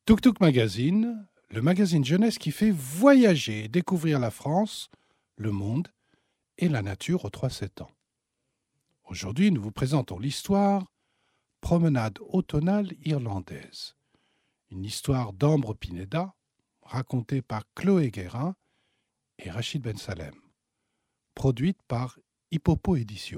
Tuk Tuk Magazine, le magazine jeunesse qui fait voyager et découvrir la France, le monde et la nature aux 3-7 ans. Aujourd'hui, nous vous présentons l'histoire Promenade automnale irlandaise. Une histoire d'Ambre Pineda, racontée par Chloé Guérin et Rachid Ben Salem. Produite par Hippopo Éditions.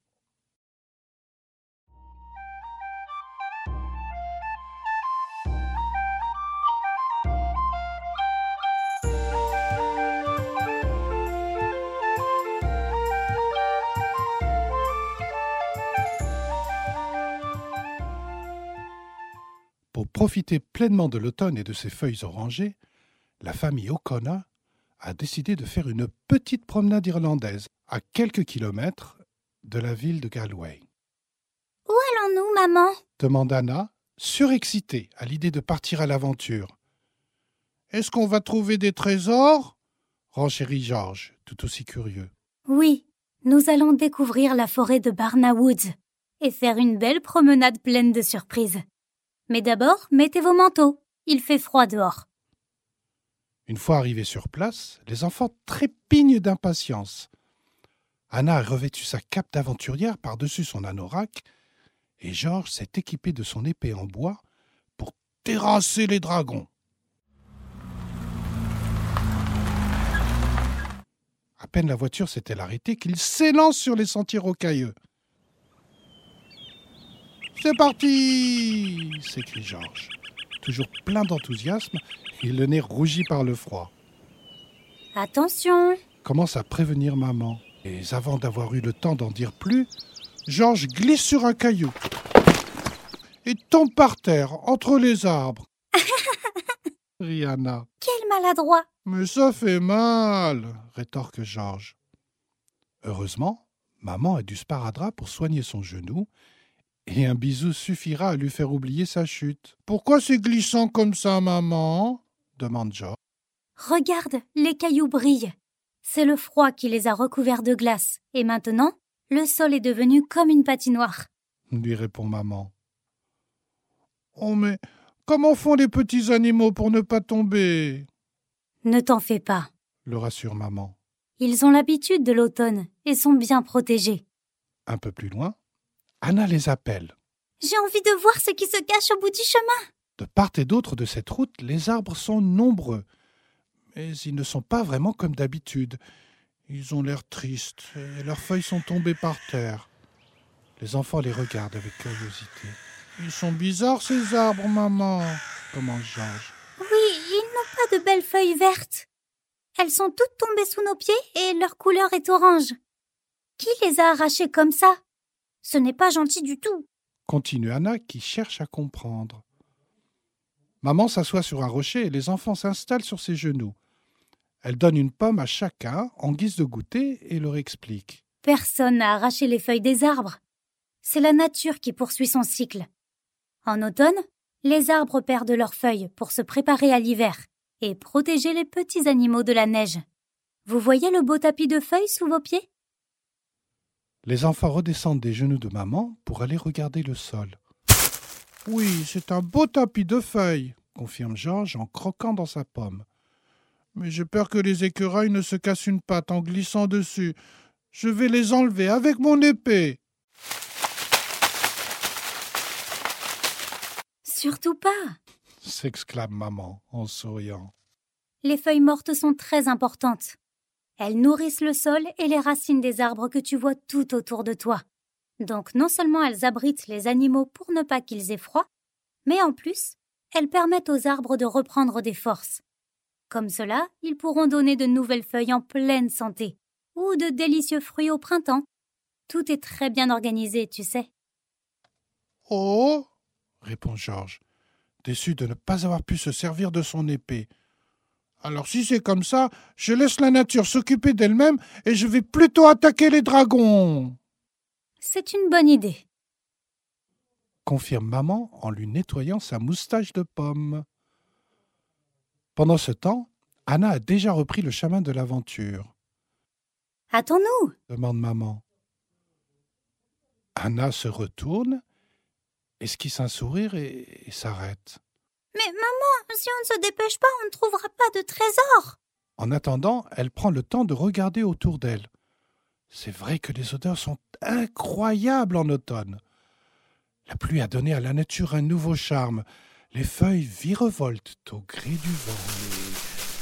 Pour profiter pleinement de l'automne et de ses feuilles orangées, la famille O'Connor a décidé de faire une petite promenade irlandaise à quelques kilomètres de la ville de Galway. « Où allons-nous, maman ?» demande Anna, surexcitée à l'idée de partir à l'aventure. « Est-ce qu'on va trouver des trésors ?» renchérit George, tout aussi curieux. « Oui, nous allons découvrir la forêt de Barna Woods et faire une belle promenade pleine de surprises. Mais d'abord, mettez vos manteaux, il fait froid dehors. » Une fois arrivés sur place, les enfants trépignent d'impatience. Anna a revêtu sa cape d'aventurière par-dessus son anorak et Georges s'est équipé de son épée en bois pour terrasser les dragons. À peine la voiture s'est-elle arrêtée qu'il s'élance sur les sentiers rocailleux. « C'est parti !» s'écrie Georges, toujours plein d'enthousiasme et le nez rougi par le froid. « Attention !» commence à prévenir maman. Et avant d'avoir eu le temps d'en dire plus, Georges glisse sur un caillou et tombe par terre, entre les arbres. Rit Anna. « Quel maladroit !»« Mais ça fait mal !» rétorque Georges. Heureusement, maman a du sparadrap pour soigner son genou et un bisou suffira à lui faire oublier sa chute. « Pourquoi c'est glissant comme ça, maman ?» demande Georges. « Regarde, les cailloux brillent. C'est le froid qui les a recouverts de glace. Et maintenant, le sol est devenu comme une patinoire. » lui répond maman. « Oh mais comment font les petits animaux pour ne pas tomber ?» « Ne t'en fais pas, » le rassure maman. Ils ont l'habitude de l'automne et sont bien protégés. Un peu plus loin, Anna les appelle. « J'ai envie de voir ce qui se cache au bout du chemin. » De part et d'autre de cette route, les arbres sont nombreux. Mais ils ne sont pas vraiment comme d'habitude. Ils ont l'air tristes et leurs feuilles sont tombées par terre. Les enfants les regardent avec curiosité. « Ils sont bizarres ces arbres, maman !» commence Georges. « Oui, ils n'ont pas de belles feuilles vertes. Elles sont toutes tombées sous nos pieds et leur couleur est orange. Qui les a arrachées comme ça? Ce n'est pas gentil du tout. » Continue Anna qui cherche à comprendre. Maman s'assoit sur un rocher et les enfants s'installent sur ses genoux. Elle donne une pomme à chacun en guise de goûter et leur explique. « Personne n'a arraché les feuilles des arbres. C'est la nature qui poursuit son cycle. En automne, les arbres perdent leurs feuilles pour se préparer à l'hiver et protéger les petits animaux de la neige. Vous voyez le beau tapis de feuilles sous vos pieds ? » Les enfants redescendent des genoux de maman pour aller regarder le sol. « Oui, c'est un beau tapis de feuilles, » confirme Georges en croquant dans sa pomme. « Mais j'ai peur que les écureuils ne se cassent une patte en glissant dessus. Je vais les enlever avec mon épée. » « Surtout pas !» s'exclame maman en souriant. Les feuilles mortes sont très importantes. Elles nourrissent le sol et les racines des arbres que tu vois tout autour de toi. Donc non seulement elles abritent les animaux pour ne pas qu'ils aient froid, mais en plus, elles permettent aux arbres de reprendre des forces. Comme cela, ils pourront donner de nouvelles feuilles en pleine santé ou de délicieux fruits au printemps. Tout est très bien organisé, tu sais. « Oh !» répond Georges, déçu de ne pas avoir pu se servir de son épée. « Alors si c'est comme ça, je laisse la nature s'occuper d'elle-même et je vais plutôt attaquer les dragons. » « C'est une bonne idée. » confirme maman en lui nettoyant sa moustache de pomme. Pendant ce temps, Anna a déjà repris le chemin de l'aventure. « Hâtons-nous » demande maman. Anna se retourne, esquisse un sourire et s'arrête. Mais maman, si on ne se dépêche pas, on ne trouvera pas de trésor. En attendant, elle prend le temps de regarder autour d'elle. C'est vrai que les odeurs sont incroyables en automne. La pluie a donné à la nature un nouveau charme. Les feuilles virevoltent au gré du vent.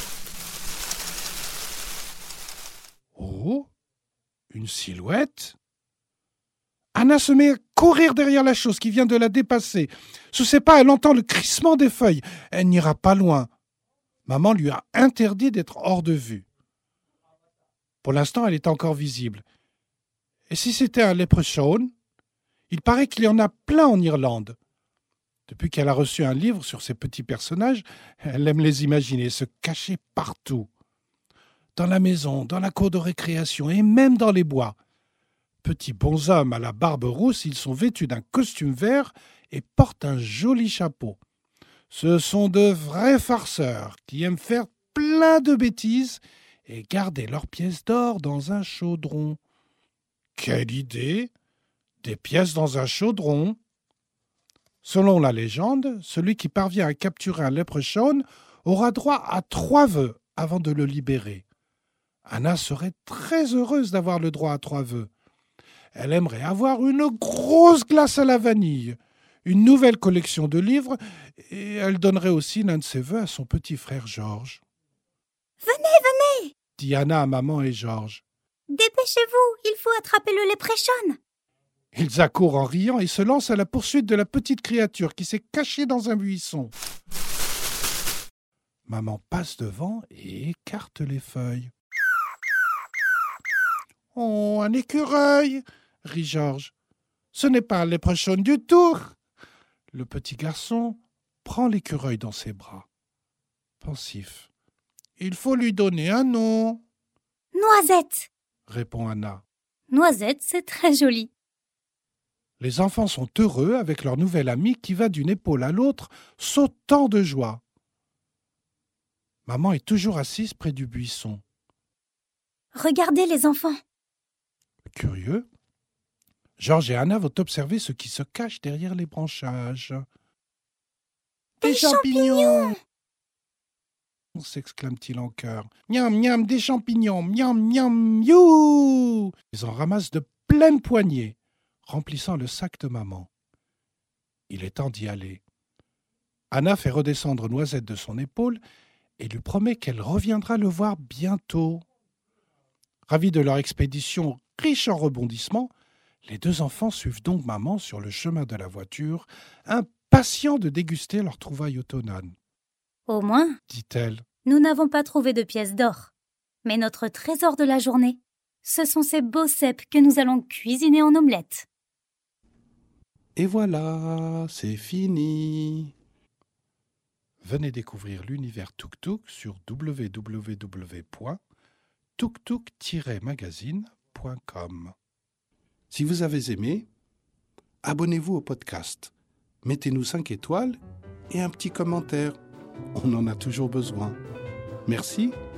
Oh, une silhouette. Anna se met à courir derrière la chose qui vient de la dépasser. Sous ses pas, elle entend le crissement des feuilles. Elle n'ira pas loin. Maman lui a interdit d'être hors de vue. Pour l'instant, elle est encore visible. Et si c'était un leprechaun? Il paraît qu'il y en a plein en Irlande. Depuis qu'elle a reçu un livre sur ces petits personnages, elle aime les imaginer, se cacher partout. Dans la maison, dans la cour de récréation et même dans les bois. Petits bonshommes à la barbe rousse, ils sont vêtus d'un costume vert et portent un joli chapeau. Ce sont de vrais farceurs qui aiment faire plein de bêtises et garder leurs pièces d'or dans un chaudron. Quelle idée! Des pièces dans un chaudron! Selon la légende, celui qui parvient à capturer un leprechaun aura droit à 3 vœux avant de le libérer. Anna serait très heureuse d'avoir le droit à 3 vœux. Elle aimerait avoir une grosse glace à la vanille, une nouvelle collection de livres, et elle donnerait aussi l'un de ses vœux à son petit frère Georges. « Venez, dit Anna à maman et Georges. Dépêchez-vous, il faut attraper le leprechaun. » Ils accourent en riant et se lancent à la poursuite de la petite créature qui s'est cachée dans un buisson. Maman passe devant et écarte les feuilles. « Oh, un écureuil !» rit Georges. « Ce n'est pas un leprechaun du tout !» Le petit garçon prend l'écureuil dans ses bras. Pensif. « Il faut lui donner un nom. »« Noisette !» répond Anna. Noisette, c'est très joli. Les enfants sont heureux avec leur nouvel ami qui va d'une épaule à l'autre, sautant de joie. Maman est toujours assise près du buisson. Regardez les enfants. Curieux, Georges et Anna vont observer ce qui se cache derrière les branchages. « Des champignons !» s'exclame-t-il en chœur. « Miam, miam, des champignons, miam, miam, you !» Ils en ramassent de pleines poignées, remplissant le sac de maman. Il est temps d'y aller. Anna fait redescendre Noisette de son épaule et lui promet qu'elle reviendra le voir bientôt. Ravis de leur expédition riche en rebondissements, les 2 enfants suivent donc maman sur le chemin de la voiture, impatients de déguster leur trouvaille automnale. Au moins, dit-elle, nous n'avons pas trouvé de pièces d'or. Mais notre trésor de la journée, ce sont ces beaux cèpes que nous allons cuisiner en omelette. Et voilà, c'est fini. Venez découvrir l'univers Tuk-Tuk sur www.tuktuk-magazine.com. Si vous avez aimé, abonnez-vous au podcast, mettez-nous 5 étoiles et un petit commentaire. On en a toujours besoin. Merci.